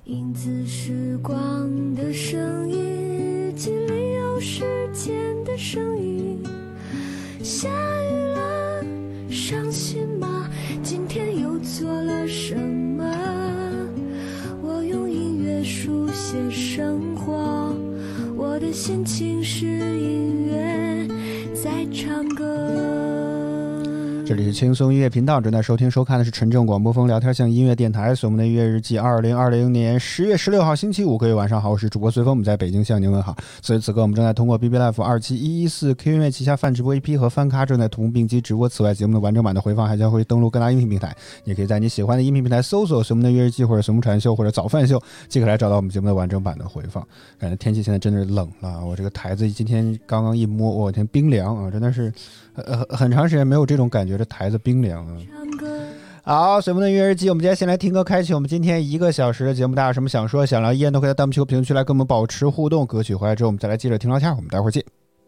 影子时光的声音，日记里有时间的声音。下雨了，伤心吗？今天又做了什么？我用音乐书写生活，我的心情是音乐在唱歌。 这里是轻松音乐频道，正在收听收看的是纯正广播风聊天向音乐电台，所我们的音乐日记2020年10月16号星期五，各位晚上好，我是主播随风，我们在北京向您问好。此时此刻我们正在通过 BB Live 27114 Q 音乐旗下泛直播 EP 和翻咖正在同步并机直播，此外节目的完整版的回放还将会登录各大音频平台，也可以在你喜欢的音频平台搜索随我们的音乐日记或者随风传秀或者早饭秀，即可来找到我们节目的完整版的回放。感觉天气现在真的是冷了，我这个台子今天刚刚一摸，我天冰凉啊，真的是很长时间没有这种感觉，这台子冰凉啊。好，随风的音乐日记，我们今天先来听歌开启我们今天1个小时的节目，大家有什么想说想聊，依然都可以在弹幕区和评论区来跟我们保持互动。歌曲回来之后我们再来接着听聊天，我们待会儿见。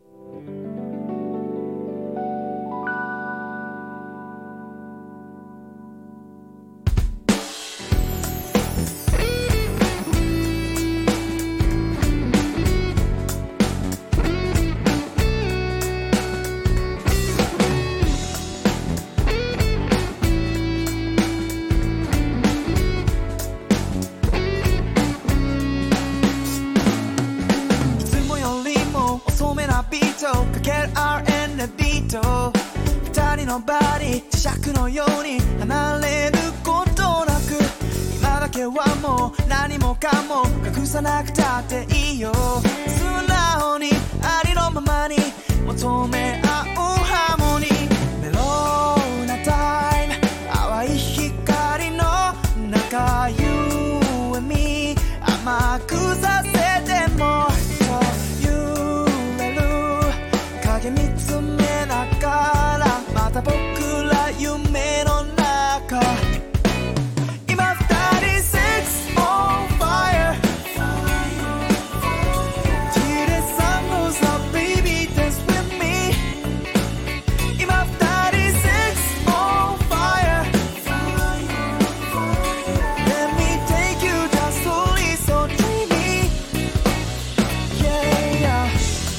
磁石のように離れることなく、今だけはもう何もかも隠さなくたっていいよ。素直にありのままに求め合うハーモニー。メロウなタイム、淡い光の中 You and me 甘くさせても揺れる影見つめながら、また僕ら夢の中、今36 on fire Till the sun goes up, baby dance with me。 今36 on fire Let me take you down slowly, so dreamy Yeah, yeah。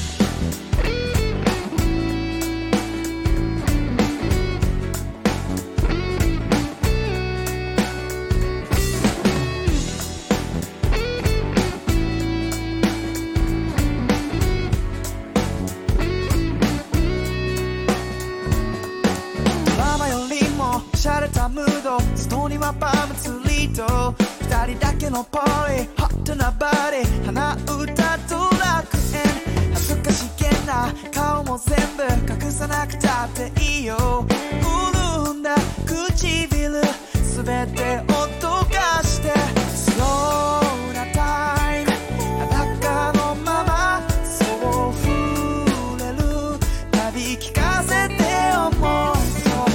洒落たムード、外にはパームツリーと二人だけのパーリー、ホットなバディ、鼻歌と楽園、恥ずかしげな顔も全部隠さなくたっていいよ。潤んだ唇すべてを溶かして、スローなタイム、裸のままそう触れる、たび聞かせて思う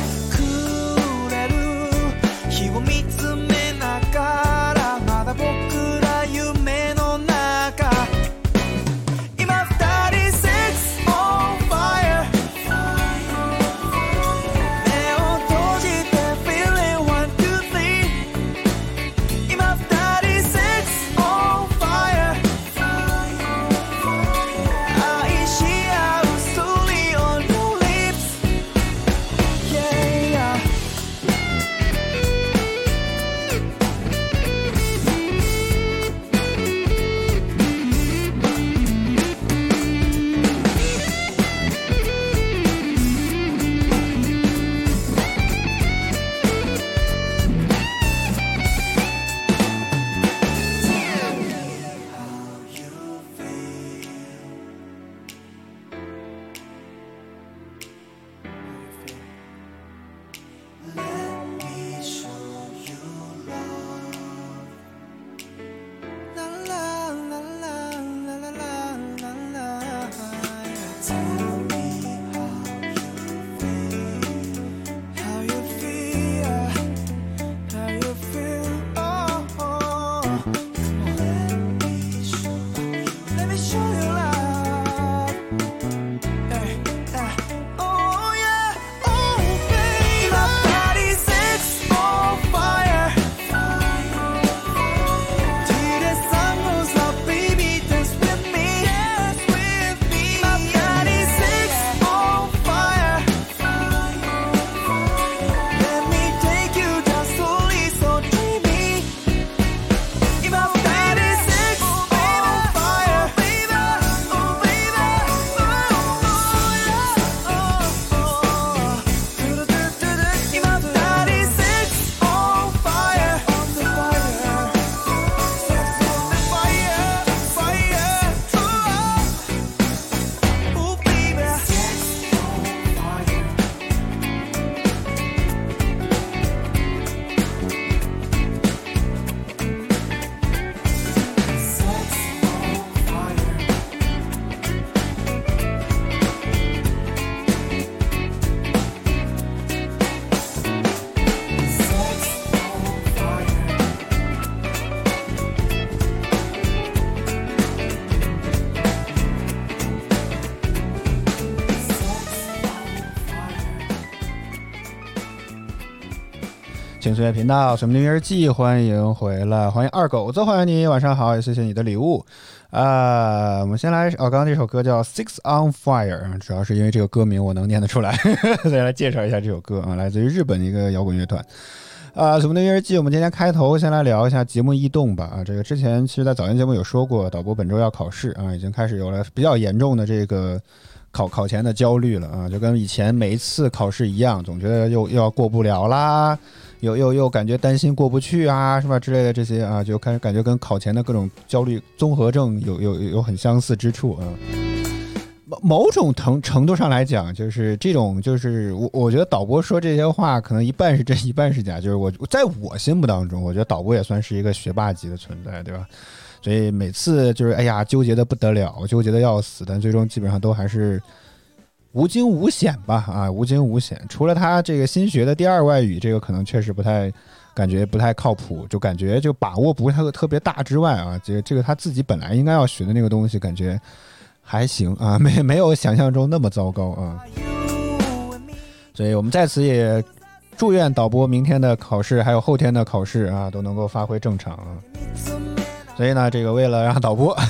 見つめながら、まだ僕ら夢の中、今36 on fire 目を閉じて feeling 1, 2, 3 轻松乐频道随梦的音乐日记，欢迎回来，欢迎二狗子，欢迎你，晚上好，也谢谢你的礼物我们先来刚刚这首歌叫 Six on Fire， 主要是因为这个歌名我能念得出来再来介绍一下这首歌来自于日本的一个摇滚乐团随梦的音乐日记。我们今天开头先来聊一下节目异动吧这个之前其实在早间节目有说过，导播本周要考试已经开始有了比较严重的这个考前的焦虑了就跟以前每一次考试一样，总觉得又要过不了啦，又感觉担心过不去是吧之类的这些就开始感觉跟考前的各种焦虑综合症有很相似之处某种程度上来讲，就是这种就是我觉得导播说这些话可能一半是真一半是假，就是在我心目当中，我觉得导播也算是一个学霸级的存在，对吧？所以每次就是纠结的不得了，纠结的要死，但最终基本上都还是无惊无险吧无惊无险。除了他这个新学的第二外语，这个可能确实感觉不太靠谱，就感觉就把握不是特别大之外这个他自己本来应该要学的那个东西，感觉还行没有想象中那么糟糕所以我们在此也祝愿导播明天的考试还有后天的考试都能够发挥正常所以呢，这个为了让导播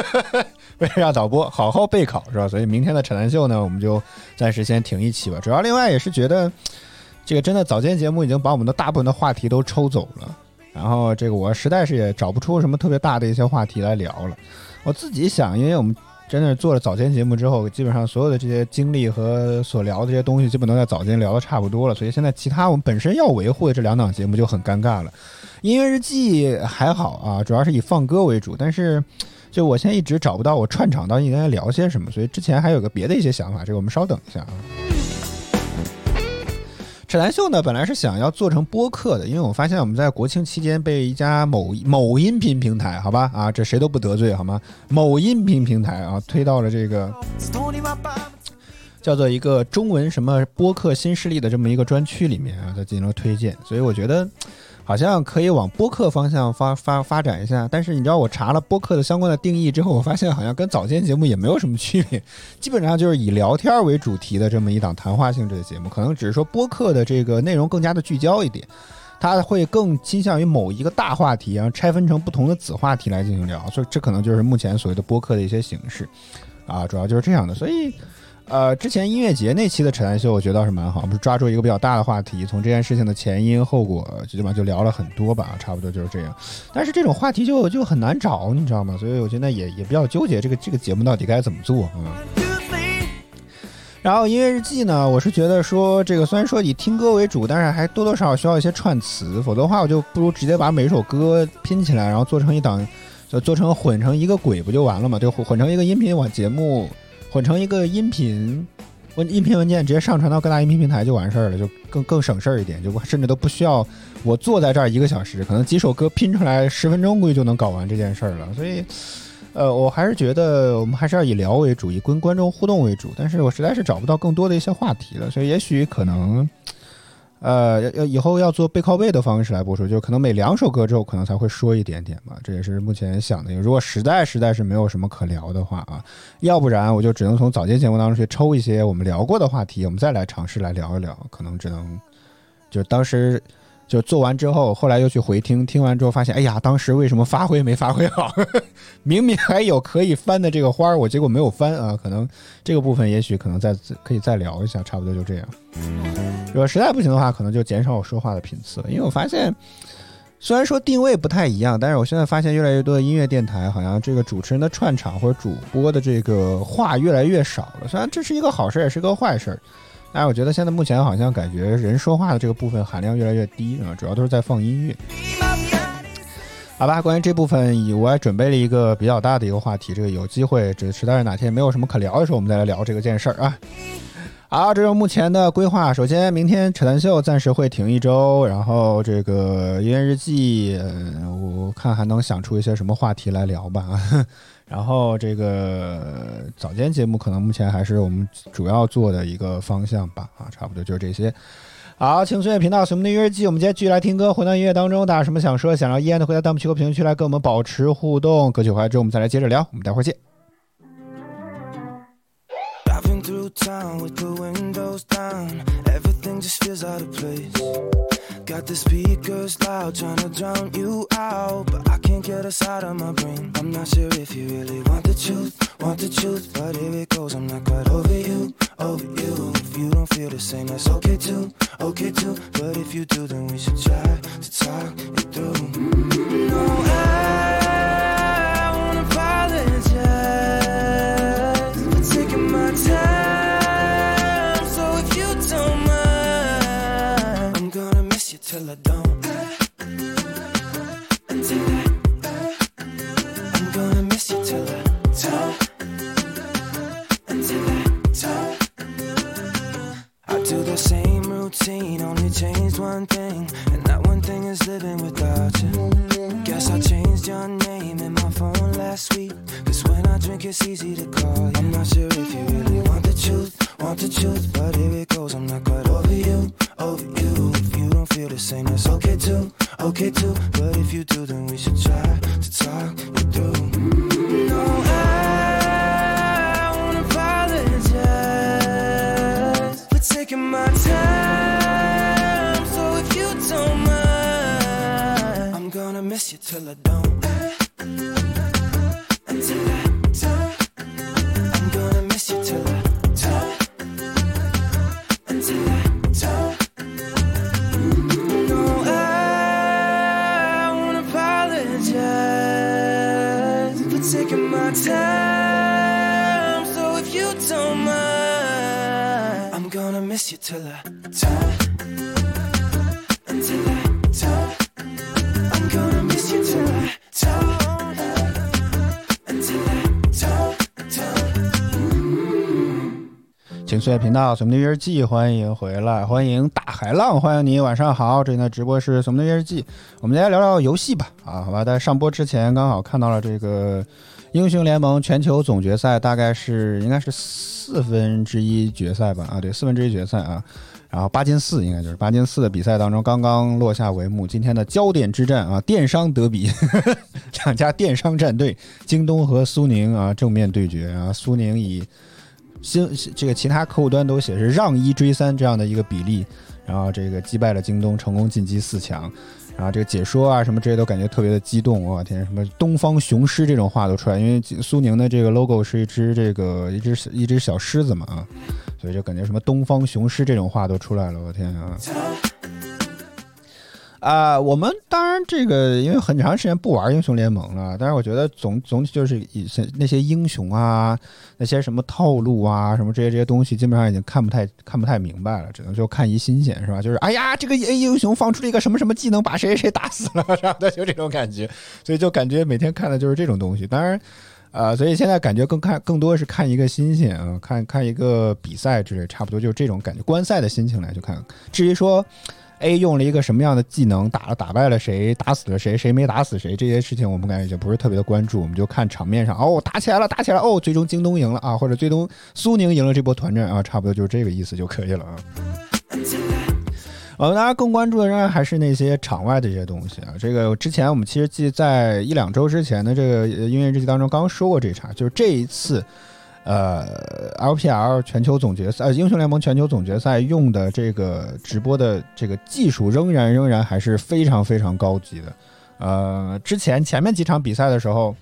好好备考是吧？所以明天的扯淡秀呢，我们就暂时先停一期吧。主要另外也是觉得，这个真的早间节目已经把我们的大部分的话题都抽走了，然后这个我实在是也找不出什么特别大的一些话题来聊了。我自己想，因为我们真的做了早间节目之后，基本上所有的这些经历和所聊的这些东西，基本都在早间聊的差不多了，所以现在其他我们本身要维护的这两档节目就很尴尬了。音乐日记还好主要是以放歌为主，但是就我现在一直找不到我串场到底应该聊些什么，所以之前还有个别的一些想法，这个我们稍等一下扯淡秀呢，本来是想要做成播客的，因为我发现我们在国庆期间被一家某音频平台，好吧这谁都不得罪好吗？某音频平台推到了这个叫做一个中文什么播客新势力的这么一个专区里面在进行了推荐，所以我觉得好像可以往播客方向发展一下，但是你知道我查了播客的相关的定义之后，我发现好像跟早间节目也没有什么区别，基本上就是以聊天为主题的这么一档谈话性质的节目，可能只是说播客的这个内容更加的聚焦一点，它会更倾向于某一个大话题，然后拆分成不同的子话题来进行聊，所以这可能就是目前所谓的播客的一些形式主要就是这样的。所以之前音乐节那期的扯淡秀我觉得倒是蛮好，我们是抓住一个比较大的话题，从这件事情的前因后果基本上就聊了很多吧，差不多就是这样。但是这种话题就很难找，你知道吗？所以我现在也比较纠结这个节目到底该怎么做然后音乐日记呢，我是觉得说这个虽然说以听歌为主，但是还多多少少需要一些串词，否则的话我就不如直接把每首歌拼起来，然后做成一档，就做成混成一个轨不就完了吗？就混成一个音频节目，混成一个音频文件直接上传到各大音频平台就完事儿了，就更省事儿一点，就甚至都不需要我坐在这儿1个小时，可能几首歌拼出来10分钟估计就能搞完这件事儿了。所以我还是觉得我们还是要以聊为主，以跟观众互动为主，但是我实在是找不到更多的一些话题了，所以也许可能以后要做背靠背的方式来播出，就可能每2首歌之后可能才会说一点点吧，这也是目前想的。如果实在是没有什么可聊的话要不然我就只能从早间节目当中去抽一些我们聊过的话题，我们再来尝试来聊一聊，可能只能就当时就做完之后，后来又去回听，听完之后发现，哎呀，当时为什么发挥没发挥好？明明还有可以翻的这个花，我结果没有翻可能这个部分也许可能可以再聊一下，差不多就这样。如果实在不行的话，可能就减少我说话的频次，因为我发现虽然说定位不太一样，但是我现在发现越来越多的音乐电台好像这个主持人的串场或者主播的这个话越来越少了，虽然这是一个好事也是个坏事，但是我觉得现在目前好像感觉人说话的这个部分含量越来越低主要都是在放音乐。好吧，关于这部分我还准备了一个比较大的一个话题，这个有机会实在是哪天没有什么可聊的时候我们再来聊这个件事儿好，这是目前的规划。首先明天扯淡秀暂时会停1周，然后这个音乐日记我看还能想出一些什么话题来聊吧然后这个早间节目可能目前还是我们主要做的一个方向吧差不多就是这些。好，轻松乐频道随我们的音乐日记，我们今天继续来听歌，回到音乐当中，大家有什么想说想要依然的回到弹幕区和评论区来跟我们保持互动，歌曲回来之后我们再来接着聊，我们待会儿见。Town with the windows down, everything just feels out of place. Got Got the speakers loud, trying to drown you out, but I can't get us out of my brain. I'm not sure if you really want the truth, but here it goes. I'm not quite over you. If you don't feel the same, that's okay too. But if you do, then we should try to talk it through. No, I won't apologize for taking my time. So if you don't mind, I'm gonna miss you till I don't. Until I'm gonna miss you till I don't. Until I don't. I do the same routine, only changed one thing, and that one thing is living without you. Guess I changed your name in my phone last week, 'cause when I drink it's easy to call you. I'm not sure if you really want the truth, but here it goes. I'm not quite over you. If you don't feel the same, that's okay too. But if you do, then we should try to talk it through. No, I won't apologize for taking my time. So if you don't mind, I'm gonna miss you till I don't. Until I don't. I'm gonna miss you till I don't. Until I don't. No, I won't apologize for taking my time. So if you don't mind, I'm gonna miss you till I don't. Until I don't. I'm gonna miss you till I don't. Until I don't. 情绪频道索姆的日记，欢迎回来，欢迎大海浪，欢迎你，晚上好。这里的直播是索姆的日记，我们来聊聊游戏吧。好吧，在上播之前刚好看到了这个英雄联盟全球总决赛，大概是应该是1/4决赛吧？对，1/4决赛啊。然后8进4应该就是8进4的比赛当中刚刚落下帷幕。今天的焦点之战啊，电商德比，两家电商战队京东和苏宁啊正面对决啊，苏宁以这个其他客户端都写是让1追3这样的一个比例，然后这个击败了京东，成功晋级4强。然后这个解说啊什么这些都感觉特别的激动，我天，什么东方雄狮这种话都出来，因为苏宁的这个 logo 是一只小狮子嘛啊，所以就感觉什么东方雄狮这种话都出来了，我天啊！我们当然这个因为很长时间不玩英雄联盟了，但是我觉得总体就是以前那些英雄啊，那些什么套路啊，什么这些东西，基本上已经看不太明白了，只能说看一新鲜，是吧？就是哎呀，这个 A 英雄放出了一个什么什么技能，把谁打死了，然后就这种感觉，所以就感觉每天看的就是这种东西。当然，所以现在感觉更多是看一个新鲜啊，看一个比赛之类，差不多就是这种感觉，观赛的心情来去看。至于说A 用了一个什么样的技能打败了谁，打死了谁，谁没打死谁，这些事情我们感觉就不是特别的关注，我们就看场面上打起来了哦，最终京东赢了啊，或者最终苏宁赢了这波团战啊，差不多就是这个意思就可以了啊。大家更关注的仍然还是那些场外的这些东西啊。这个之前我们其实在1-2周之前的这个音乐日记当中刚说过这茬，就是这一次LPL 全球总决赛英雄联盟全球总决赛用的这个直播的这个技术仍然还是非常非常高级的。之前面几场比赛的时候，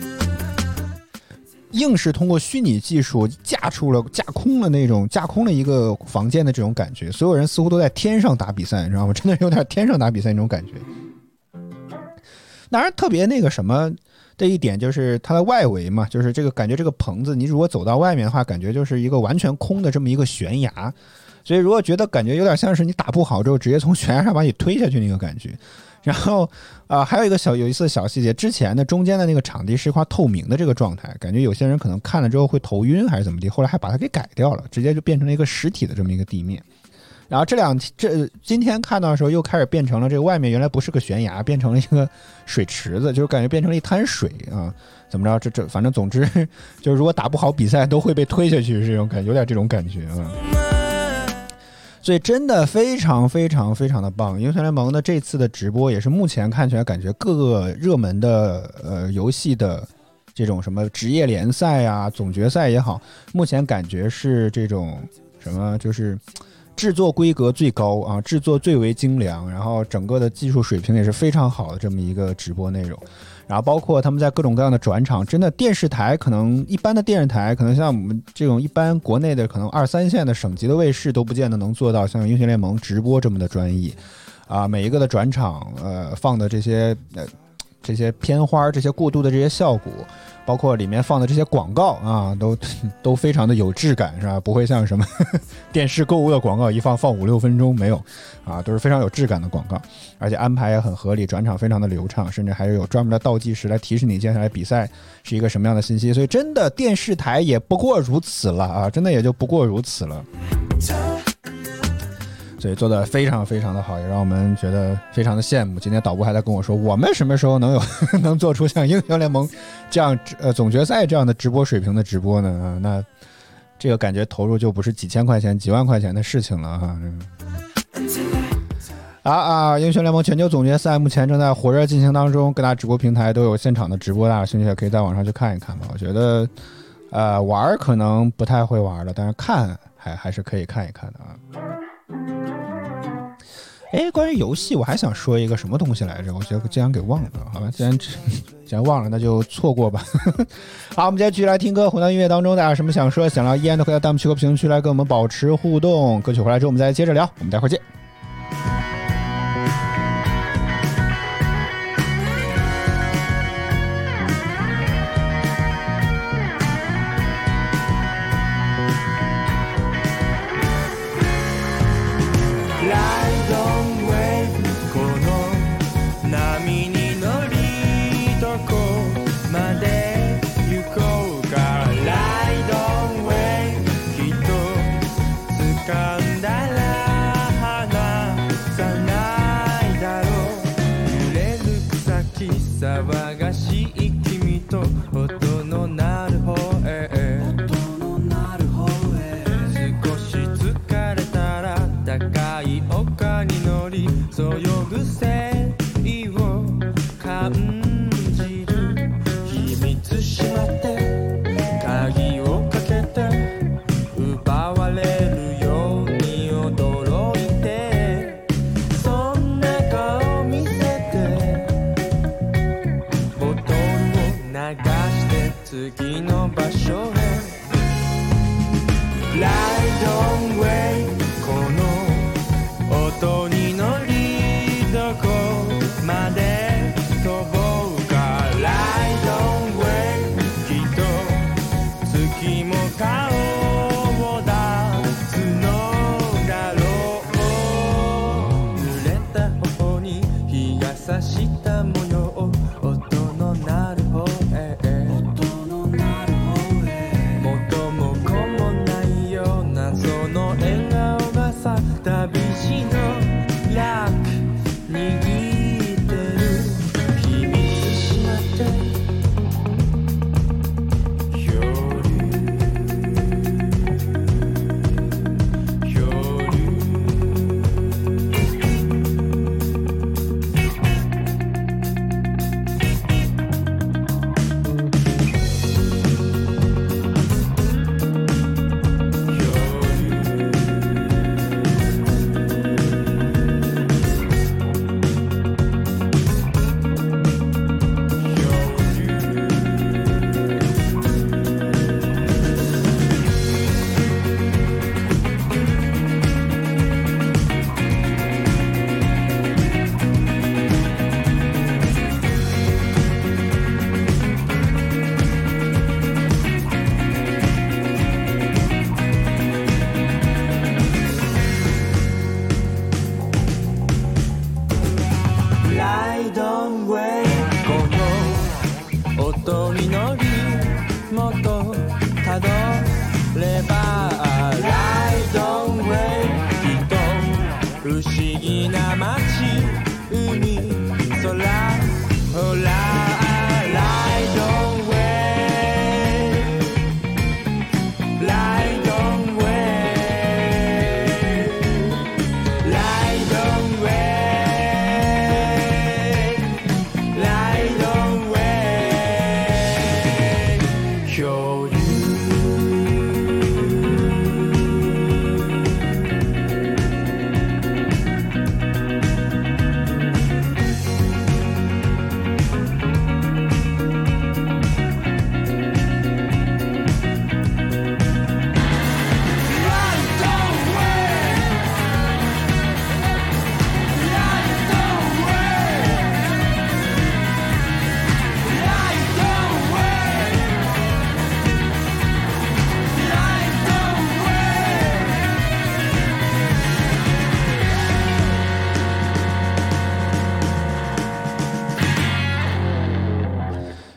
硬是通过虚拟技术架空了一个房间的这种感觉，所有人似乎都在天上打比赛，你知道吗？真的有点天上打比赛那种感觉。当然特别那个什么的一点就是它的外围嘛，就是这个感觉这个棚子你如果走到外面的话，感觉就是一个完全空的这么一个悬崖，所以如果觉得感觉有点像是你打不好之后直接从悬崖上把你推下去那个感觉。然后还有一个有意思的小细节，之前的中间的那个场地是一块透明的这个状态，感觉有些人可能看了之后会头晕还是怎么地，后来还把它给改掉了，直接就变成了一个实体的这么一个地面。然后今天看到的时候又开始变成了这个外面原来不是个悬崖，变成了一个水池子，就是感觉变成了一滩水啊，怎么着反正总之就是如果打不好比赛都会被推下去，这种感觉有点这种感觉啊。所以真的非常非常非常的棒，英雄联盟的这次的直播也是目前看起来感觉各个热门的游戏的这种什么职业联赛啊总决赛也好，目前感觉是这种什么就是制作规格最高啊，制作最为精良，然后整个的技术水平也是非常好的这么一个直播内容。然后包括他们在各种各样的转场，真的电视台可能一般的电视台，可能像我们这种一般国内的可能2、3线的省级的卫视都不见得能做到像英雄联盟直播这么的专一啊，每一个的转场放的这些片花，这些过渡的这些效果，包括里面放的这些广告啊，都非常的有质感，是吧？不会像什么电视购物的广告一放5、6分钟没有啊，都是非常有质感的广告，而且安排也很合理，转场非常的流畅，甚至还有专门的倒计时来提示你接下来比赛是一个什么样的信息。所以真的电视台也不过如此了啊，真的也就不过如此了。所以做的非常非常的好，也让我们觉得非常的羡慕。今天导播还在跟我说，我们什么时候能做出像英雄联盟这样总决赛这样的直播水平的直播呢？那这个感觉投入就不是几千块钱、几万块钱的事情了哈。英雄联盟全球总决赛目前正在火热进行当中，各大直播平台都有现场的直播，大家兴趣也可以在网上去看一看吧。我觉得玩可能不太会玩了，但是看还是可以看一看的啊。关于游戏我还想说一个什么东西来着，我觉得竟然给忘了。好吧，既然忘了那就错过吧。好，我们接着继续来听歌，回到音乐当中，大家有什么想说想聊依然都可以在弹幕区和评论区来跟我们保持互动。歌曲回来之后我们再接着聊，我们待会儿见。 騒がしい君と音の鳴る方へ少し疲れたら高い丘に乗りそよぐ誠意を感じる秘密しまって鍵をかけて奪われるように驚いてそんな顔見せてボトルを流して次の場所へ Ride on way この音に乗りどこまで飛ぼうか Ride on way きっと月も顔を出すのだろう濡れた頬に日が差した模様音の鳴る方へ元も子もないようなその笑顔がさ旅路のラック握ってる秘密しまって漂流音に乗りもっとたどれば Ride on way きっと不思議な街海空ほら Ride on way Ride on way Ride on way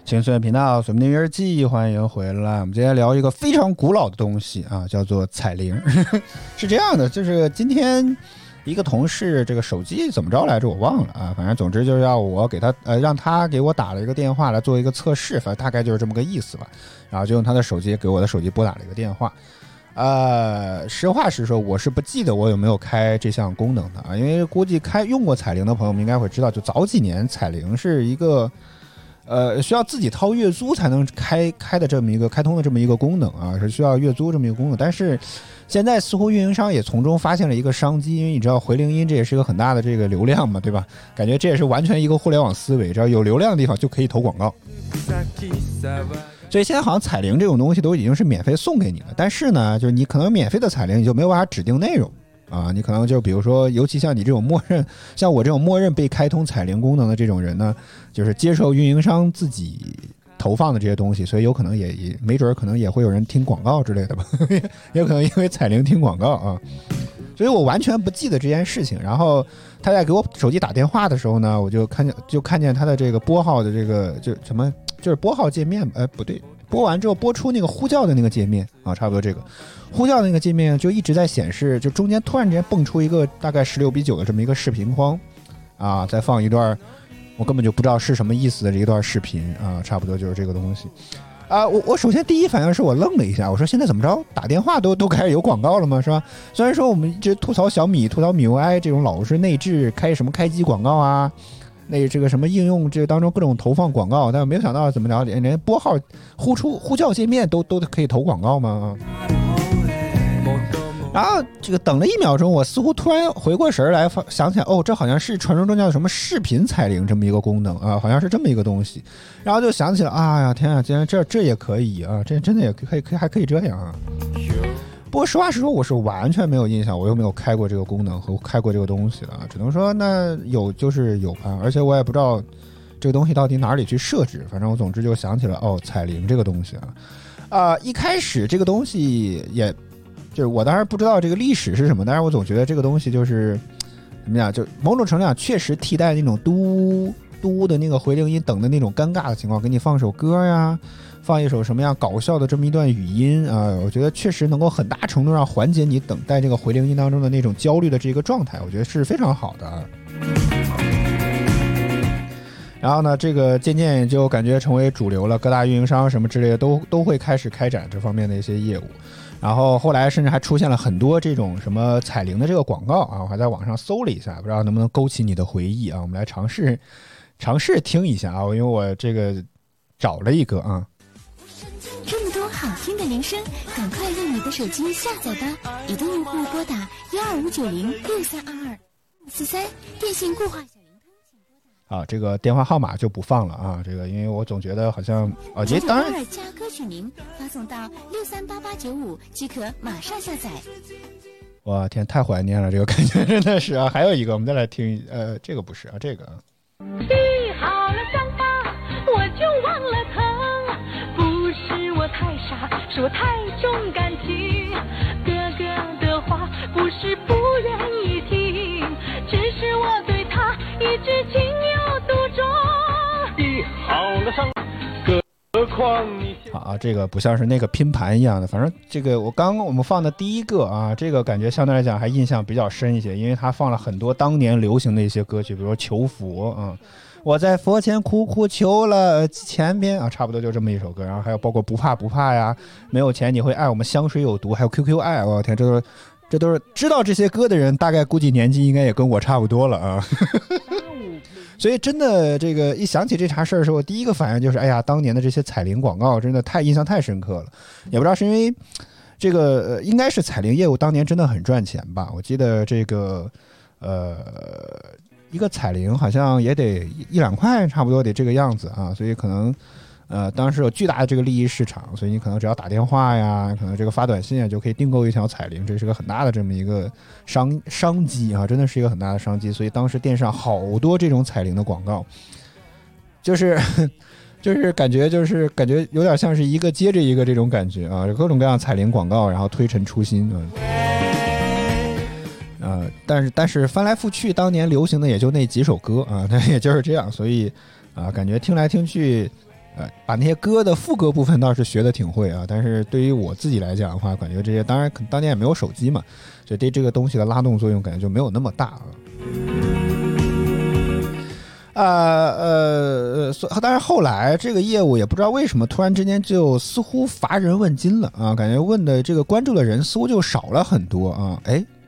青春频道水木年日记，欢迎回来。我们今天聊一个非常古老的东西啊，叫做彩铃。是这样的，就是今天一个同事这个手机怎么着来着我忘了啊，反正总之就是要我给他让他给我打了一个电话来做一个测试，反正大概就是这么个意思吧。然后就用他的手机给我的手机拨打了一个电话。实话实说，我是不记得我有没有开这项功能的啊，因为估计用过彩铃的朋友们应该会知道，就早几年彩铃是一个需要自己掏月租才能开的这么一个开通的这么一个功能啊，是需要月租这么一个功能。但是现在似乎运营商也从中发现了一个商机，因为你知道回铃音这也是一个很大的这个流量嘛，对吧？感觉这也是完全一个互联网思维，只要有流量的地方就可以投广告。所以现在好像彩铃这种东西都已经是免费送给你了，但是呢，就是你可能免费的彩铃你就没有办法指定内容啊，你可能就比如说，尤其像你这种像我这种默认被开通彩铃功能的这种人呢，就是接受运营商自己投放的这些东西，所以有可能也没准可能也会有人听广告之类的吧，也有可能因为彩铃听广告啊，所以我完全不记得这件事情。然后他在给我手机打电话的时候呢，我就看见他的这个拨号的这个就是拨号界面，不对，拨完之后拨出那个呼叫的那个界面啊，差不多这个呼叫的那个界面就一直在显示，就中间突然之间蹦出一个大概16:9的这么一个视频框啊，再放一段我根本就不知道是什么意思的这一段视频啊，差不多就是这个东西啊。我首先第一反应是我愣了一下，我说现在怎么着打电话都开始有广告了吗？是吧？虽然说我们一直吐槽小米、吐槽米 UI 这种老是内置开什么开机广告啊。那这个什么应用这个当中各种投放广告，但没有想到怎么着连拨号呼叫界面都可以投广告吗？然后这个等了1秒钟，我似乎突然回过神来，想起来这好像是传说中叫什么视频彩铃这么一个功能啊，好像是这么一个东西。然后就想起了，哎呀天啊，竟然这也可以啊，这真的也还可以这样啊。不过实话实说，我是完全没有印象，我又没有开过这个功能和开过这个东西了，只能说那有就是有吧，而且我也不知道这个东西到底哪里去设置，反正我总之就想起了彩铃这个东西啊。一开始这个东西也就是我当然不知道这个历史是什么，但是我总觉得这个东西就是怎么样，就某种程度上确实替代那种嘟嘟的那个回铃音等的那种尴尬的情况，给你放首歌呀。放一首什么样搞笑的这么一段语音啊，我觉得确实能够很大程度上缓解你等待这个回铃音当中的那种焦虑的这个状态，我觉得是非常好的。然后呢，这个渐渐就感觉成为主流了，各大运营商什么之类的都会开始开展这方面的一些业务。然后后来甚至还出现了很多这种什么彩铃的这个广告啊，我还在网上搜了一下，不知道能不能勾起你的回忆啊？我们来尝试听一下啊，因为我这个找了一个啊。 这么多好听的铃声，赶快用你的手机下载吧！移动用户拨打12590632243，电信固话小灵通。 这个电话号码就不放了啊，这个因为我总觉得好像当然加歌曲名发送到638895即可马上下载。 哇天，太怀念了，这个感觉真的是啊！还有一个，我们再来听，这个不是啊，这个。 闭好了伤疤，我就忘了疼。我太傻，是我太重感情。哥哥的话不是不愿意听，只是我对他一直情有独钟。医好了伤，何况你。 好，这个不像是那个拼盘一样的，反正这个我们放的第一个啊，这个感觉相对来讲还印象比较深一些，因为它放了很多当年流行的一些歌曲，比如说求佛啊。我在佛前苦苦求了前边啊，差不多就这么一首歌，然后还有包括不怕不怕呀，没有钱你会爱我们香水有毒，还有 QQ 爱，我天，这都是知道这些歌的人，大概估计年纪应该也跟我差不多了啊。所以真的这个一想起这茬事儿的时候，我第一个反应就是，哎呀，当年的这些彩铃广告真的印象太深刻了，也不知道是因为这个应该是彩铃业务当年真的很赚钱吧，我记得这个一个彩铃好像也得1-2块，差不多得这个样子啊，所以可能当时有巨大的这个利益市场，所以你可能只要打电话呀，可能这个发短信啊，就可以订购一条彩铃，这是个很大的这么一个商机啊，真的是一个很大的商机。所以当时电视上好多这种彩铃的广告，就是感觉有点像是一个接着一个这种感觉啊，各种各样彩铃广告，然后推陈出新啊。但是翻来覆去，当年流行的也就那几首歌啊，也就是这样，所以感觉听来听去， 把那些歌的副歌部分倒是学的挺会啊，但是对于我自己来讲的话，感觉这些当然当年也没有手机嘛，所以对这个东西的拉动作用感觉就没有那么大但是后来这个业务也不知道为什么突然之间就似乎乏人问津了啊，感觉问的这个关注的人似乎就少了很多啊。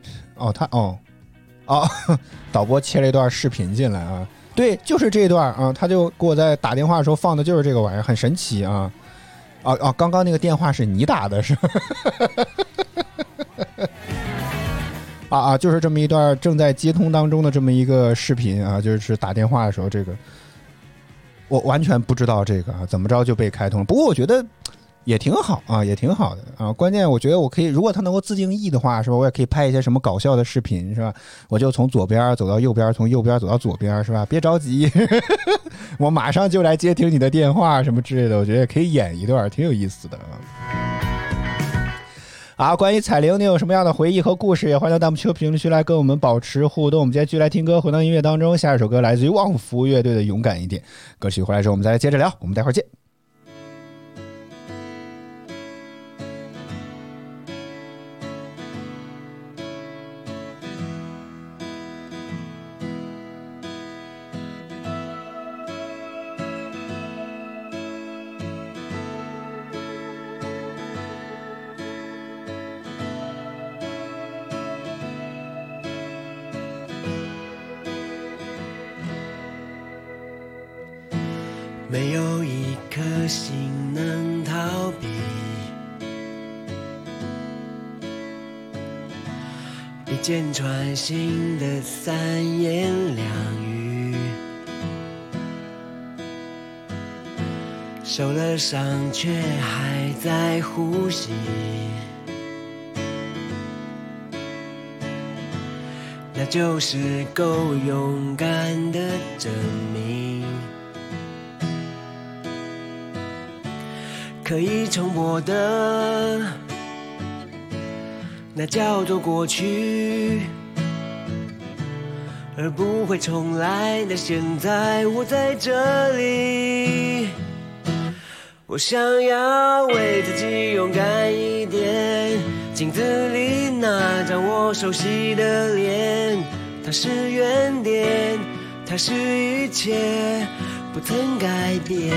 导播切了一段视频进来啊，对，就是这一段啊，他就给我在打电话的时候放的就是这个玩意儿，很神奇啊。刚刚那个电话是你打的是吧？就是这么一段正在接通当中的这么一个视频啊，就是打电话的时候，这个我完全不知道这个怎么着就被开通了。不过我觉得也挺好啊，也挺好的啊。关键我觉得我可以，如果它能够自定义的话，是吧？我也可以拍一些什么搞笑的视频，是吧？我就从左边走到右边，从右边走到左边，是吧？别着急，我马上就来接听你的电话什么之类的，我觉得也可以演一段，挺有意思的啊。关于彩铃，你有什么样的回忆和故事？也欢迎到弹幕区和评论区来跟我们保持互动。我们今天继续来听歌，回到音乐当中，下一首歌来自于旺福乐队的《勇敢一点》。歌曲回来之后，我们再来接着聊。我们待会儿见。 没有一颗心能逃避，一箭穿心的三言两语，受了伤却还在呼吸，那就是够勇敢的证明。可以重播的，那叫做过去，而不会重来的现在，我在这里。我想要为自己勇敢一点，镜子里那张我熟悉的脸，它是原点，它是一切，不曾改变。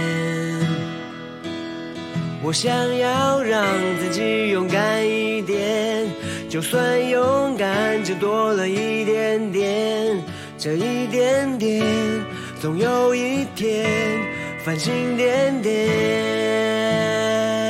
我想要让自己勇敢一点，就算勇敢只多了一点点，这一点点总有一天繁星点点。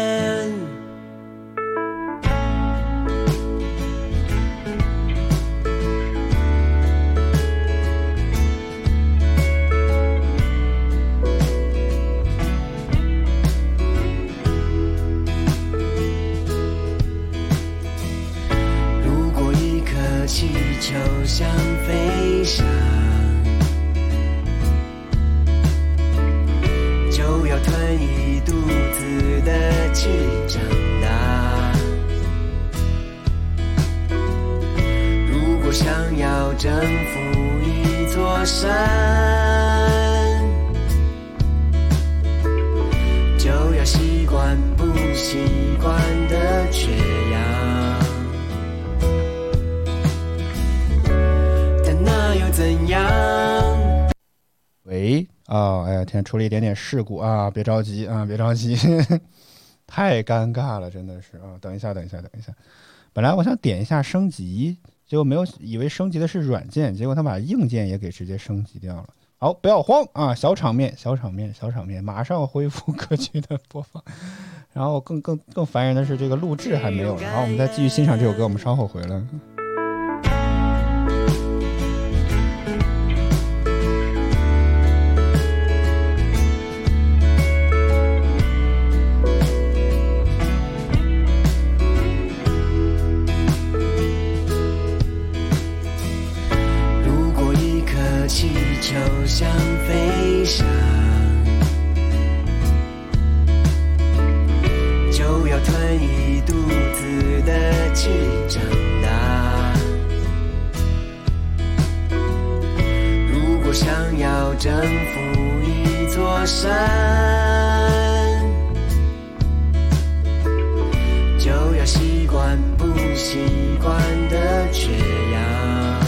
气球想飞翔，就要吞一肚子的气长大。如果想要征服一座山，就要习惯不习惯的缺氧。怎样？ 喂，哎呀天，出了一点点事故啊，别着急啊，别着急，太尴尬了，真的是啊！等一下，本来我想点一下升级，结果没有，以为升级的是软件，结果他把硬件也给直接升级掉了。好，不要慌啊，小场面，马上恢复歌曲的播放。然后更烦人的是这个录制还没有。好，我们再继续欣赏这首歌，我们稍后回来。 气球想飞翔，就要吞一肚子的气长大。如果想要征服一座山， 习惯的缺氧，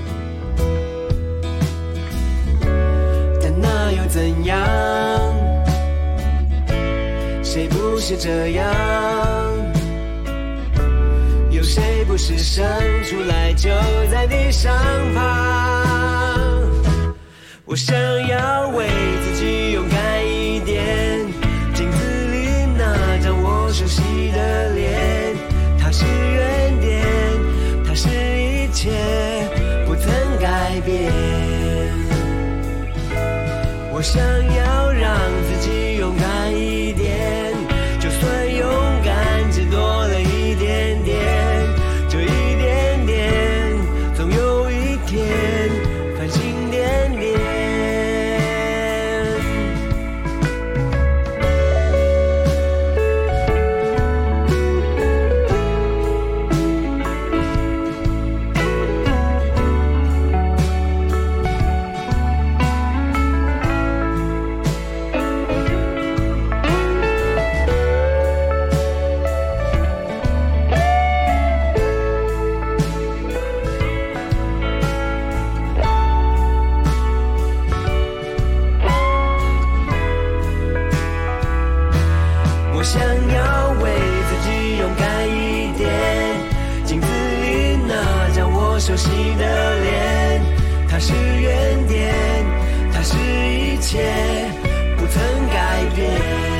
但那又怎样？谁不是这样？有谁不是生出来就在地上爬？我想要为自己勇敢一点，镜子里那张我熟悉的脸，它是原点，它是一切，不曾改变。我想要让自己勇敢一点，就算勇敢只多了一点点，这一点点总有一天繁星点点。我想要为自己勇敢一点，镜子里那张我熟悉的脸，它是原点，它是一切，不曾改变。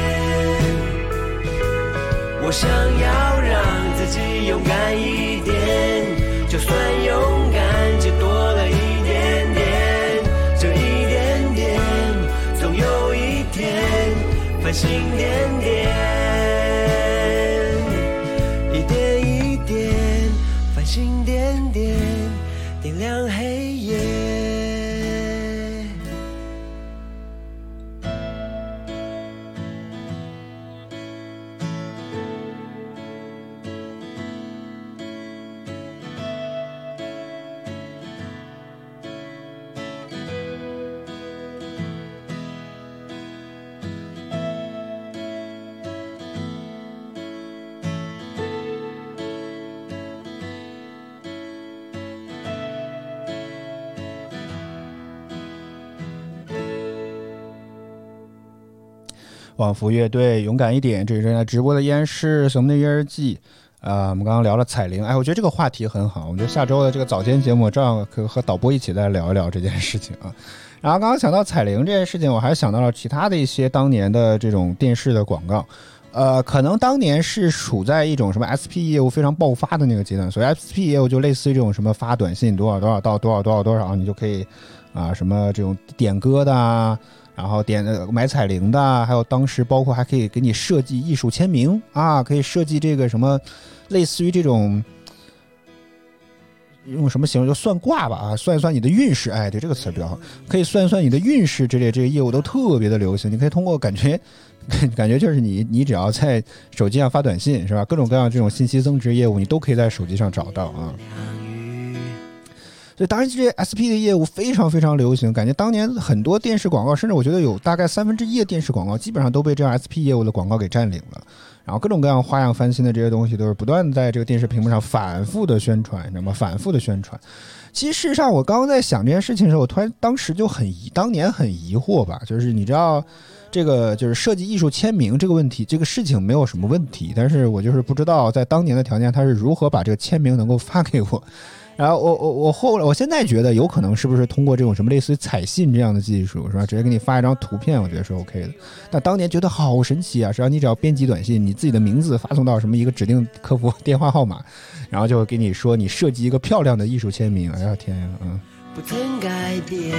我想要让自己勇敢一点，就算勇敢只多了一点点，这一点点总有一天繁星点点。一点一点，繁星点点，点亮黑夜。 旺福乐队勇敢一点，这是正在直播的依然是我们的月日记我们刚刚聊了彩铃，我觉得这个话题很好，我觉得下周的这个早间节目这样可以和导播一起再聊一聊这件事情啊。然后刚刚想到彩铃这件事情，我还想到了其他的一些当年的这种电视的广告，可能当年是处在一种什么 SP 业务非常爆发的那个阶段，所以 SP 业务就类似于这种什么发短信多少多少到多少多少多少，你就可以什么这种点歌的啊，然后买彩铃的，还有当时包括还可以给你设计艺术签名啊，可以设计这个什么类似于这种用什么形容，就算卦吧啊，算一算你的运势，对，这个词比较好，可以算一算你的运势之类，这个业务都特别的流行。你可以通过感觉就是你只要在手机上发短信是吧，各种各样这种信息增值业务你都可以在手机上找到啊。所以当然这些 SP 的业务非常非常流行，感觉当年很多电视广告，甚至我觉得有大概1/3的电视广告基本上都被这样 SP 业务的广告给占领了。然后各种各样花样翻新的这些东西都是不断在这个电视屏幕上反复的宣传，你知道吗？反复的宣传。其实事实上我刚刚在想这件事情的时候，我突然当时就当年很疑惑吧，就是你知道这个就是设计艺术签名这个问题，这个事情没有什么问题，但是我就是不知道在当年的条件他是如何把这个签名能够发给我。然后我现在觉得有可能是不是通过这种什么类似于彩信这样的技术是吧，直接给你发一张图片，我觉得是 OK 的。但当年觉得好神奇啊，实际上你只要编辑短信，你自己的名字发送到什么一个指定客服电话号码，然后就会给你说你设计一个漂亮的艺术签名。哎呀天呀， 不曾改变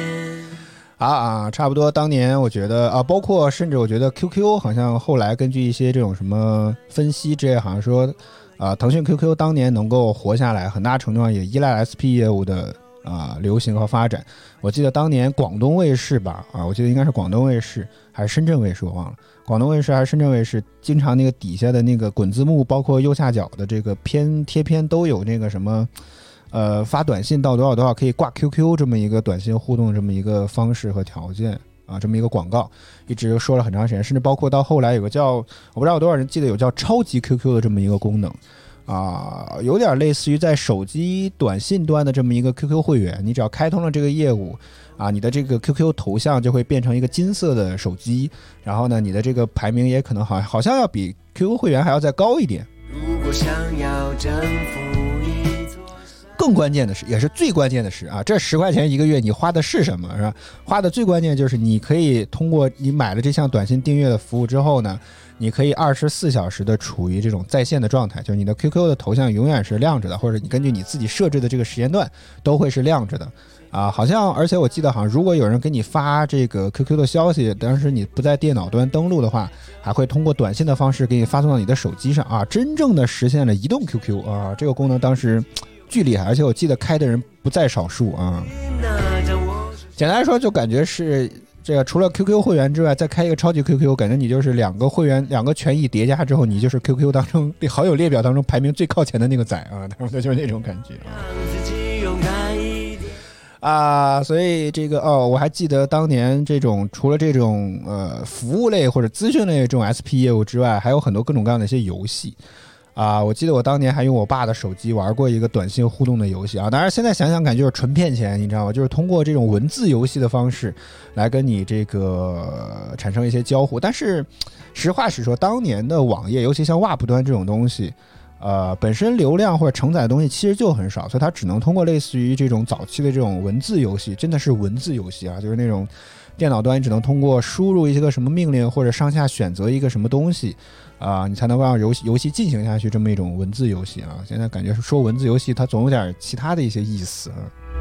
差不多当年我觉得包括甚至我觉得 QQ 好像后来根据一些这种什么分析之类，好像说腾讯 QQ 当年能够活下来，很大程度上也依赖 SP 业务的流行和发展。我记得当年广东卫视吧，我记得应该是广东卫视还是深圳卫视，我忘了，广东卫视还是深圳卫视，经常那个底下的那个滚字幕，包括右下角的这个贴片都有那个什么发短信到多少多少可以挂 QQ 这么一个短信互动这么一个方式和条件这么一个广告，一直说了很长时间，甚至包括到后来有个叫我不知道有多少人记得有叫超级 QQ 的这么一个功能有点类似于在手机短信端的这么一个 QQ 会员，你只要开通了这个业务你的这个 QQ 头像就会变成一个金色的手机，然后呢，你的这个排名也可能好像要比 QQ 会员还要再高一点。 如果想要征服一座， 更关键的是，也是最关键的是这10块钱一个月你花的是什么，是吧？花的最关键就是你可以通过你买了这项短信订阅的服务之后呢，你可以24小时的处于这种在线的状态，就是你的 QQ 的头像永远是亮着的，或者你根据你自己设置的这个时间段都会是亮着的好像而且我记得好像如果有人给你发这个 QQ 的消息，当时你不在电脑端登录的话，还会通过短信的方式给你发送到你的手机上真正的实现了移动 QQ 这个功能当时巨厉害，而且我记得开的人不在少数简单来说就感觉是这个除了 QQ 会员之外，再开一个超级 QQ， 感觉你就是2个会员2个权益叠加之后，你就是 QQ 当中好友列表当中排名最靠前的那个仔就是那种感觉所以这个我还记得当年这种除了这种服务类或者资讯类这种 SP 业务之外，还有很多各种各样的一些游戏我记得我当年还用我爸的手机玩过一个短信互动的游戏当然现在想想感觉就是纯骗钱，你知道吗？就是通过这种文字游戏的方式来跟你这个产生一些交互，但是实话实说，当年的网页尤其像 WAP 端这种东西本身流量或者承载的东西其实就很少，所以它只能通过类似于这种早期的这种文字游戏，真的是文字游戏就是那种电脑端你只能通过输入一个什么命令或者上下选择一个什么东西你才能够让游戏进行下去，这么一种文字游戏现在感觉说文字游戏它总有点其他的一些意思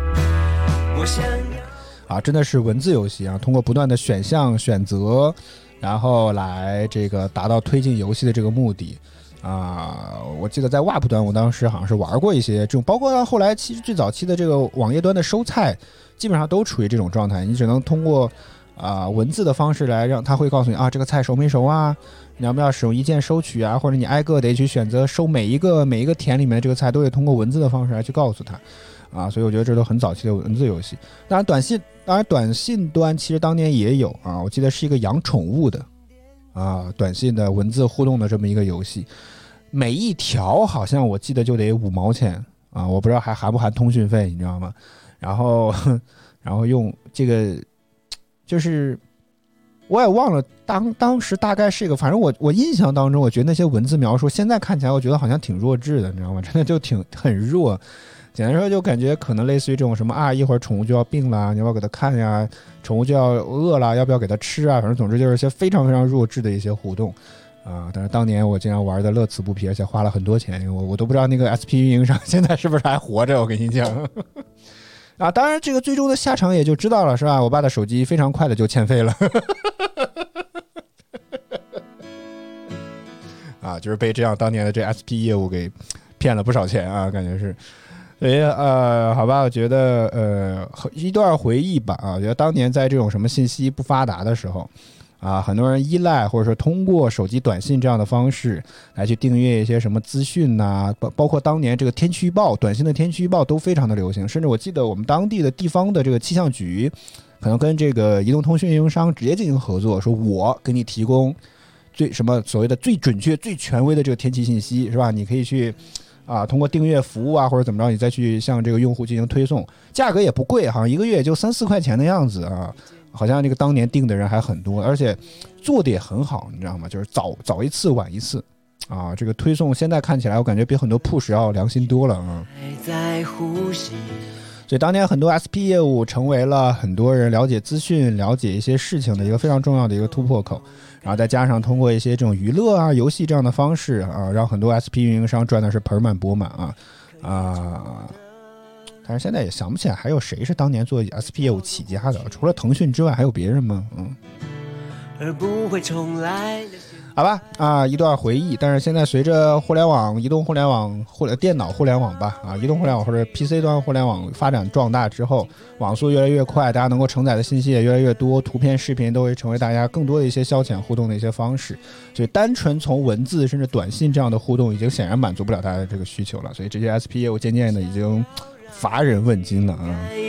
真的是文字游戏通过不断的选项选择，然后来这个达到推进游戏的这个目的我记得在 WAP 端我当时好像是玩过一些这种，包括后来其实最早期的这个网页端的收菜基本上都处于这种状态，你只能通过文字的方式来让他会告诉你这个菜熟没熟你要不要使用一键收取或者你挨个得去选择收每一个田里面的这个菜都得通过文字的方式来去告诉他所以我觉得这都很早期的文字游戏。当然短信端其实当年也有我记得是一个养宠物的短信的文字互动的这么一个游戏，每一条好像我记得就得5毛钱我不知道还含不含通讯费，你知道吗？然后用这个就是我也忘了当时大概是一个，反正我印象当中我觉得那些文字描述现在看起来我觉得好像挺弱智的，你知道吗？真的就很弱，简单说就感觉可能类似于这种什么一会儿宠物就要病了，你要不要给它看呀？宠物就要饿了，要不要给它吃反正总之就是一些非常非常弱智的一些互动但是当年我竟然玩的乐此不疲，而且花了很多钱，我都不知道那个 SP 运营商现在是不是还活着，我跟你讲当然这个最终的下场也就知道了，是吧？我爸的手机非常快的就欠费了就是被这样当年的这 SP 业务给骗了不少钱感觉是。所以好吧，我觉得一段回忆吧我觉得当年在这种什么信息不发达的时候很多人依赖或者说通过手机短信这样的方式来去订阅一些什么资讯包括当年这个天气预报，短信的天气预报都非常的流行，甚至我记得我们当地的地方的这个气象局可能跟这个移动通讯运营商直接进行合作，说我给你提供什么所谓的最准确最权威的这个天气信息，是吧？你可以去通过订阅服务或者怎么着，你再去向这个用户进行推送，价格也不贵，好像一个月也就3-4块钱的样子好像这个当年订的人还很多，而且做的也很好，你知道吗？就是早一次晚一次这个推送现在看起来我感觉比很多 push 要良心多了还在呼吸。 所以当年很多 SP 业务成为了很多人了解资讯了解一些事情的一个非常重要的一个突破口，然后再加上通过一些这种娱乐游戏这样的方式让很多 SP 运营商赚的是盆满钵满但是现在也想不起来还有谁是当年做 SP 业务起家的，除了腾讯之外还有别人吗？ 而不会重来的好吧一段回忆。但是现在随着互联网、移动互联网电脑互联网吧移动互联网或者 PC 端互联网发展壮大之后，网速越来越快，大家能够承载的信息也越来越多，图片视频都会成为大家更多的一些消遣互动的一些方式，所以单纯从文字甚至短信这样的互动已经显然满足不了大家的这个需求了，所以这些 SP 业务渐渐的已经乏人问津了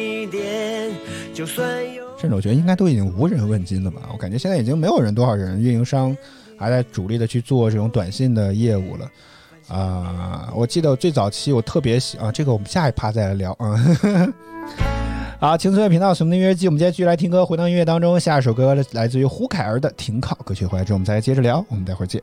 甚至我觉得应该都已经无人问津了吧。我感觉现在已经没有多少人运营商还在主力的去做这种短信的业务了我记得最早期我特别喜这个我们下一趴再来聊啊。好，轻松乐频道什么的音乐季，我们今天继续来听歌，回到音乐当中，下一首歌来自于胡凯儿的《停靠》。歌曲回来之后我们再来接着聊，我们待会儿见。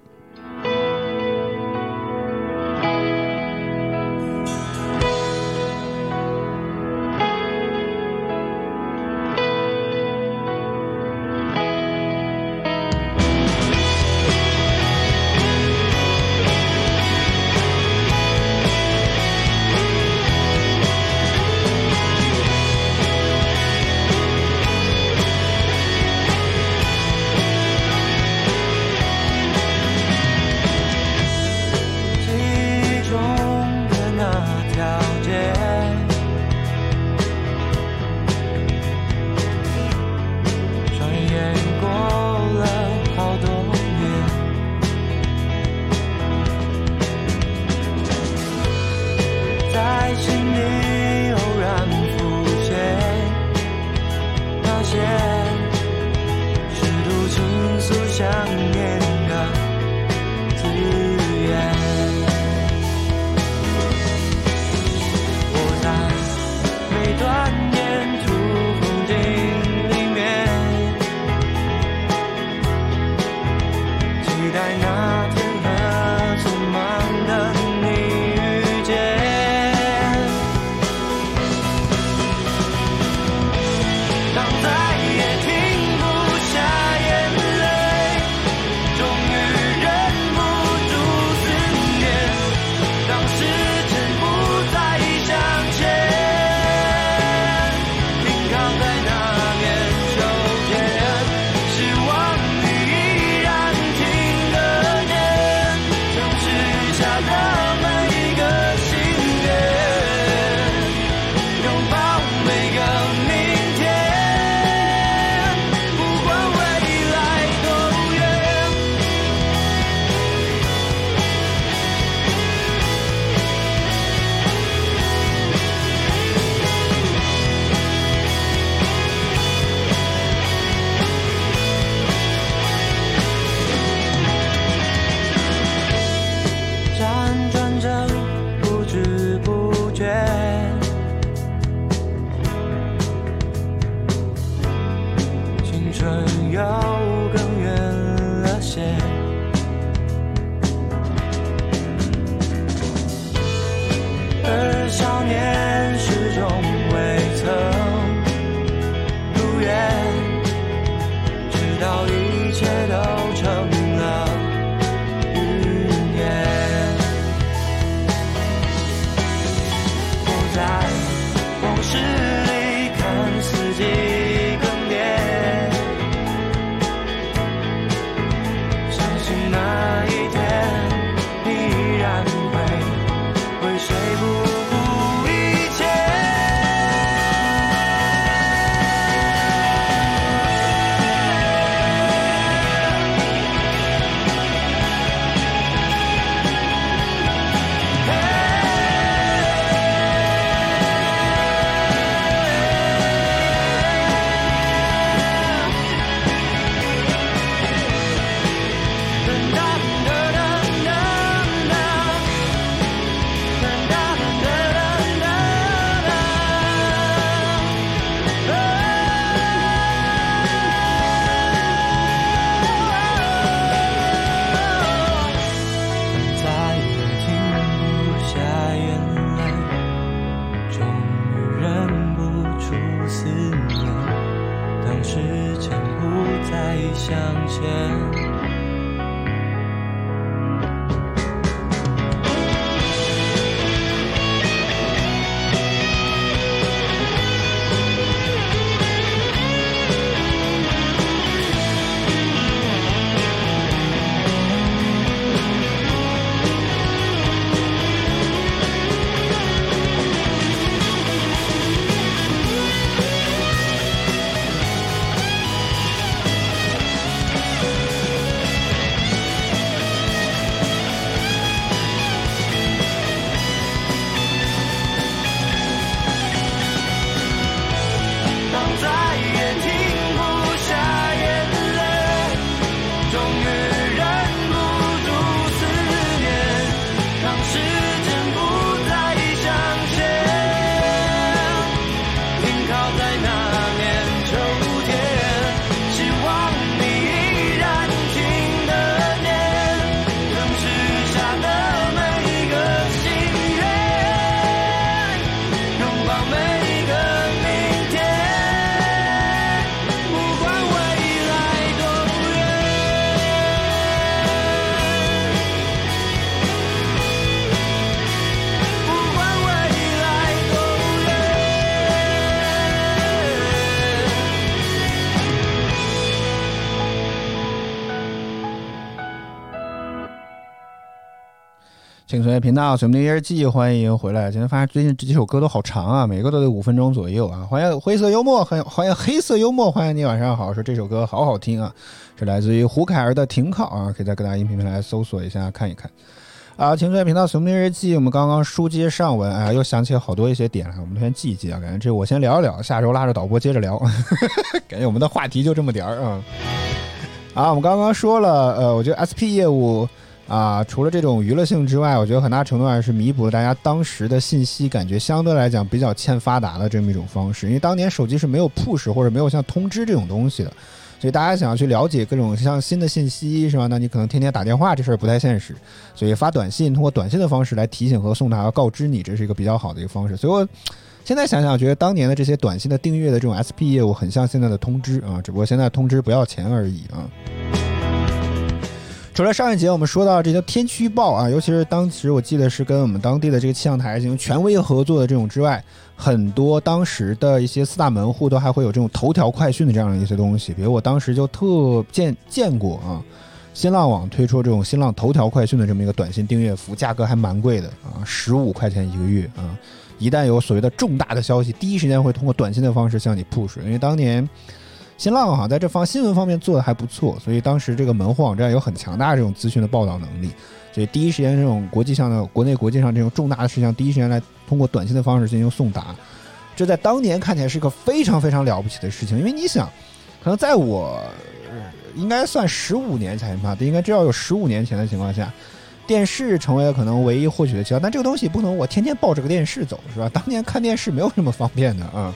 轻松频道，我们的日记，欢迎回来。今天发现最近这几首歌都好长啊，每个都得5分钟左右啊。欢迎灰色幽默，欢迎黑色幽默，欢迎你晚上好。说这首歌好好听啊，是来自于胡凯儿的《停靠》啊，可以在各大音频平台搜索一下看一看。啊，轻松频道，我们的日记，我们刚刚书接上文啊，又想起好多一些点来，我们先记一记啊。感觉这我先聊一聊，下周拉着导播接着聊，感觉我们的话题就这么点儿啊。啊，我们刚刚说了，我觉得 SP 业务。啊，除了这种娱乐性之外，我觉得很大程度上是弥补了大家当时的信息感觉相对来讲比较欠发达的这么一种方式。因为当年手机是没有 push 或者没有像通知这种东西的，所以大家想要去了解各种像新的信息是吧？那你可能天天打电话这事儿不太现实，所以发短信，通过短信的方式来提醒和送达，要告知你，这是一个比较好的一个方式。所以我现在想想，觉得当年的这些短信的订阅的这种 SP 业务很像现在的通知啊，只不过现在通知不要钱而已啊。除了上一节我们说到这叫天气预报啊，尤其是当时我记得是跟我们当地的这个气象台进行权威合作的这种之外，很多当时的一些4大门户都还会有这种头条快讯的这样的一些东西。比如我当时就特见过啊，新浪网推出这种新浪头条快讯的这么一个短信订阅服务，价格还蛮贵的啊，15块钱1个月啊。一旦有所谓的重大的消息，第一时间会通过短信的方式向你 push， 因为当年新浪好像在这新闻方面做的还不错，所以当时这个门户网站有很强大这种资讯的报道能力，所以第一时间这种国际上的国内国际上这种重大的事项，第一时间来通过短信的方式进行送达，这在当年看起来是一个非常非常了不起的事情。因为你想，可能在我应该算15年前吧，应该至少有15年前的情况下，电视成为了可能唯一获取的渠道，但这个东西不能我天天抱着个电视走是吧？当年看电视没有这么方便的啊。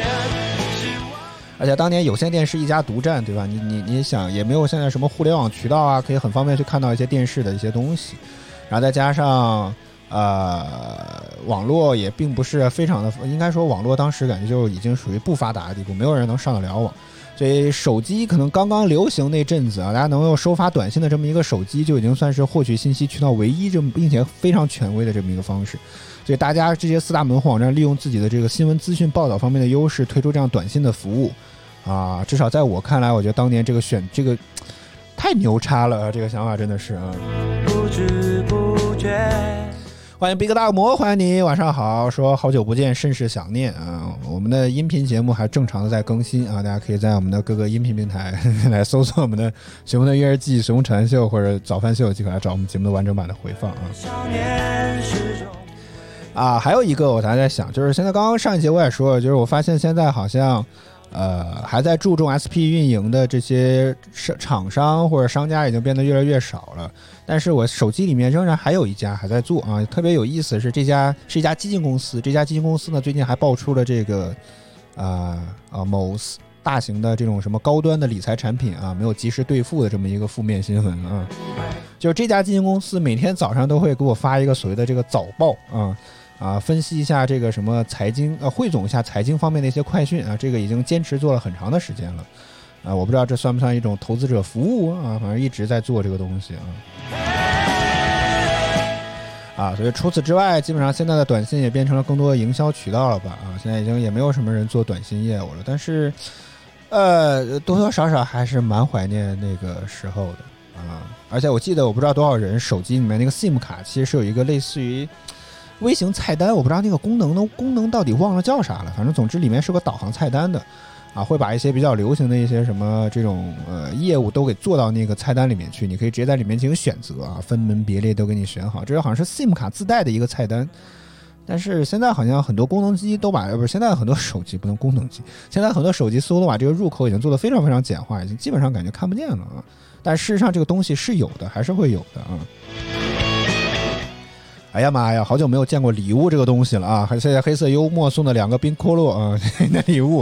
而且当年有线电视一家独占，对吧？你想也没有现在什么互联网渠道啊，可以很方便去看到一些电视的一些东西，然后再加上网络也并不是非常的，应该说网络当时感觉就已经属于不发达的地步，没有人能上得了网，所以手机可能刚刚流行那阵子啊，大家能够收发短信的这么一个手机就已经算是获取信息渠道唯一这么并且非常权威的这么一个方式。所以大家这些4大门户网站利用自己的这个新闻资讯报道方面的优势，推出这样短信的服务啊，至少在我看来，我觉得当年这个太牛叉了，这个想法真的是啊。不知不觉，欢迎 Big 大魔，欢迎你，晚上好。说好久不见，甚是想念啊！我们的音频节目还正常的在更新啊，大家可以在我们的各个音频平台来搜索我们的随风的育儿记、随风晨秀或者早饭秀，即可来找我们节目的完整版的回放啊。还有一个我还在想，就是现在刚刚上一节我也说了，就是我发现现在好像还在注重 SP 运营的这些厂商或者商家已经变得越来越少了，但是我手机里面仍然还有一家还在做啊。特别有意思的是，这家是一家基金公司，这家基金公司呢最近还爆出了这个某大型的这种什么高端的理财产品啊没有及时兑付的这么一个负面新闻啊。就是这家基金公司每天早上都会给我发一个所谓的这个早报分析一下这个什么财经汇总一下财经方面的一些快讯啊，这个已经坚持做了很长的时间了我不知道这算不算一种投资者服务啊，反正一直在做这个东西所以除此之外，基本上现在的短信也变成了更多的营销渠道了吧现在已经也没有什么人做短信业务了，但是多多少少还是蛮怀念那个时候的而且我记得我不知道多少人手机里面那个 SIM 卡其实是有一个类似于微型菜单，我不知道那个功能到底忘了叫啥了，反正总之里面是个导航菜单的会把一些比较流行的一些什么这种业务都给做到那个菜单里面去，你可以直接在里面进行选择分门别类都给你选好，这好像是 SIM 卡自带的一个菜单。但是现在好像很多功能机都把不是现在很多手机不能功能机，现在很多手机似乎都把这个入口已经做得非常非常简化，已经基本上感觉看不见了但事实上这个东西是有的，还是会有的哎呀妈呀，好久没有见过礼物这个东西了还谢谢黑色幽默送的2个冰可乐那礼物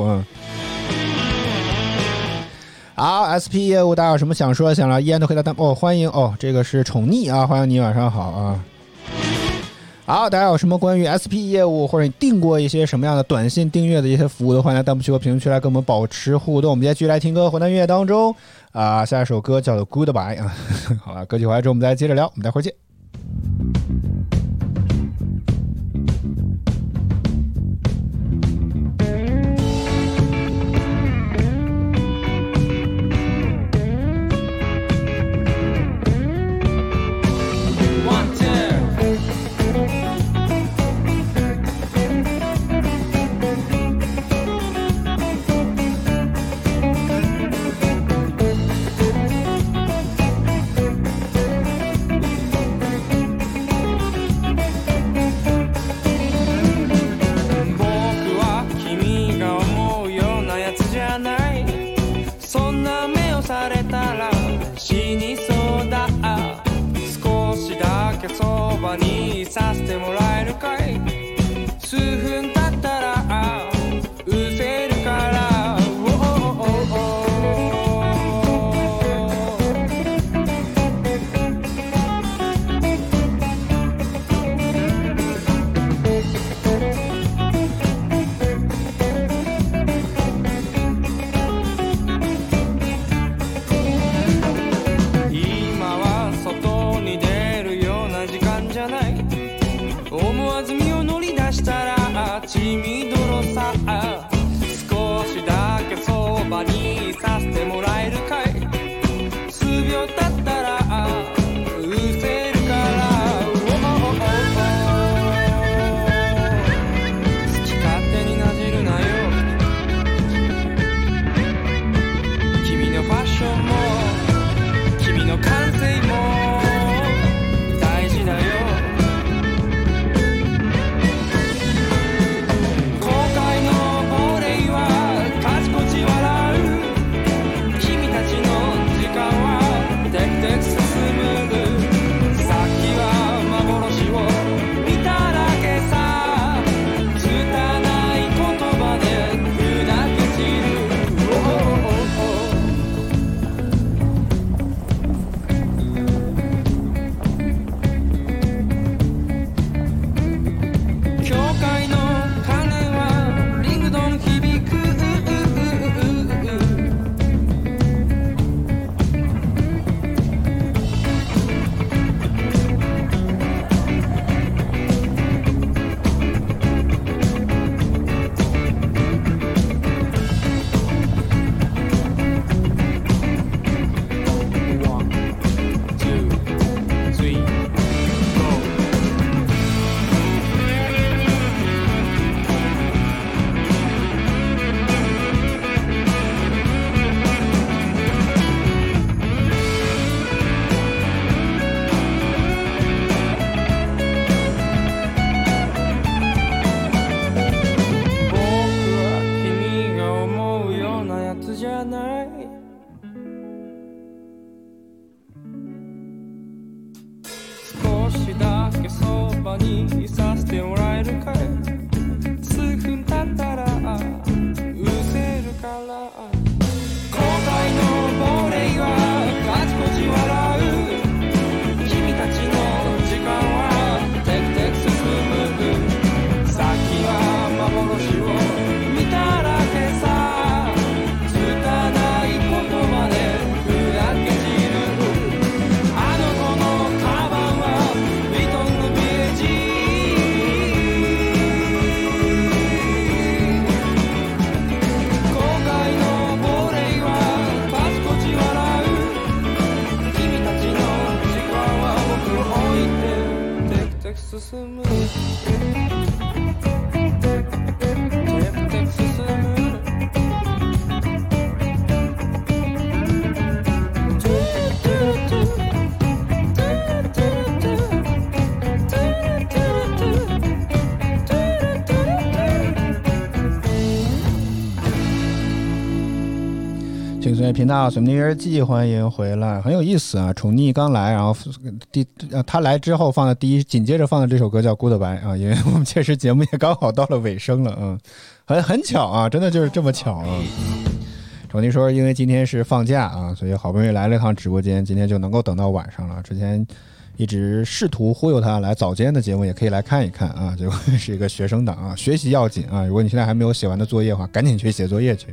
好 SP 业务大家有什么想说想聊依然都可以来欢迎这个是宠溺欢迎你，晚上好好，大家有什么关于 SP 业务或者你订过一些什么样的短信订阅的一些服务的，欢迎在弹幕区和评论区来跟我们保持互动。我们今天继续来听歌，回到音乐当中下一首歌叫做 Goodbye 好了，歌曲回来之后我们再接着聊，我们待会儿见。 な目をされたら死にそうだ少しだけそばにいさせてもらえるかい数分経ったらうせるから血みどろさ少しだけそばにいさせてもらえるかい数秒経ったらうせるから好き勝手になじるなよ君のファッションも君の感性も大事だよ请随频道随命日记，欢迎回来，很有意思啊！宠溺刚来，然后他来之后放的紧接着放的这首歌叫 Goodbye 啊，因为我们确实节目也刚好到了尾声了，很巧啊，真的就是这么巧啊！宠溺说，因为今天是放假啊，所以好不容易来了一趟直播间，今天就能够等到晚上了。之前一直试图忽悠他来早间的节目，也可以来看一看啊，结果是一个学生党啊，学习要紧啊！如果你现在还没有写完的作业的话，赶紧去写作业去。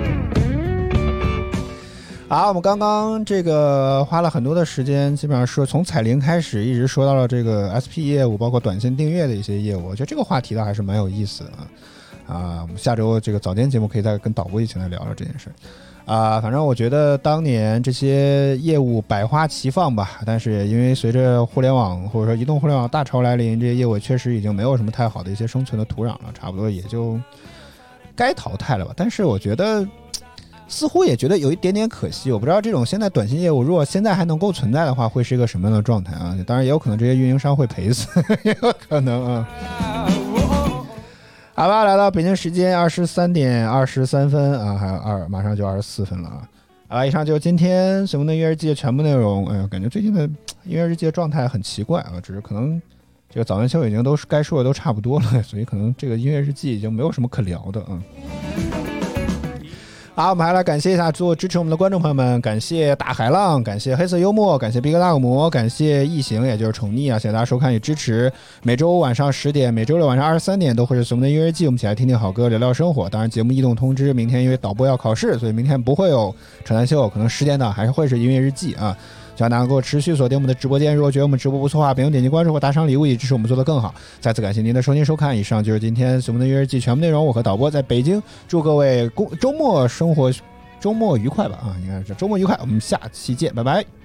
好，我们刚刚这个花了很多的时间，基本上说从彩铃开始，一直说到了这个 SP 业务，包括短信订阅的一些业务。我觉得这个话题倒还是蛮有意思的我们下周这个早间节目可以再跟导播一起来聊聊这件事反正我觉得当年这些业务百花齐放吧，但是因为随着互联网或者说移动互联网大潮来临，这些业务确实已经没有什么太好的一些生存的土壤了，差不多也就该淘汰了吧。但是我觉得似乎也觉得有一点点可惜，我不知道这种现在短信业务如果现在还能够存在的话，会是一个什么样的状态啊？当然也有可能这些运营商会赔死，也有可能啊。好吧，来到北京时间23点23分啊，还有马上就24分了啊。 好了，以上就是今天随风的音乐日记的全部内容。哎呀，感觉最近的音乐日记的状态很奇怪啊，只是可能这个早安秀已经都是该说的都差不多了，所以可能这个音乐日记已经没有什么可聊的啊。好，我们还来感谢一下做支持我们的观众朋友们，感谢大海浪，感谢黑色幽默，感谢逼格大恶魔，感谢异形，也就是宠溺啊，谢谢大家收看与支持。每周晚上10点，每周六晚上23点都会是随风的音乐日记，我们一起来听听好歌，聊聊生活。当然，节目异动通知，明天因为导播要考试，所以明天不会有扯淡秀，可能10点档还是会是音乐日记啊。希望大家能够持续锁定我们的直播间，如果觉得我们直播不错的话，别忘点击关注或打赏礼物，以支持我们做得更好。再次感谢您的收听收看，以上就是今天随风的音乐日记全部内容。我和导播在北京，祝各位周末愉快吧啊！应该是周末愉快，我们下期见，拜拜。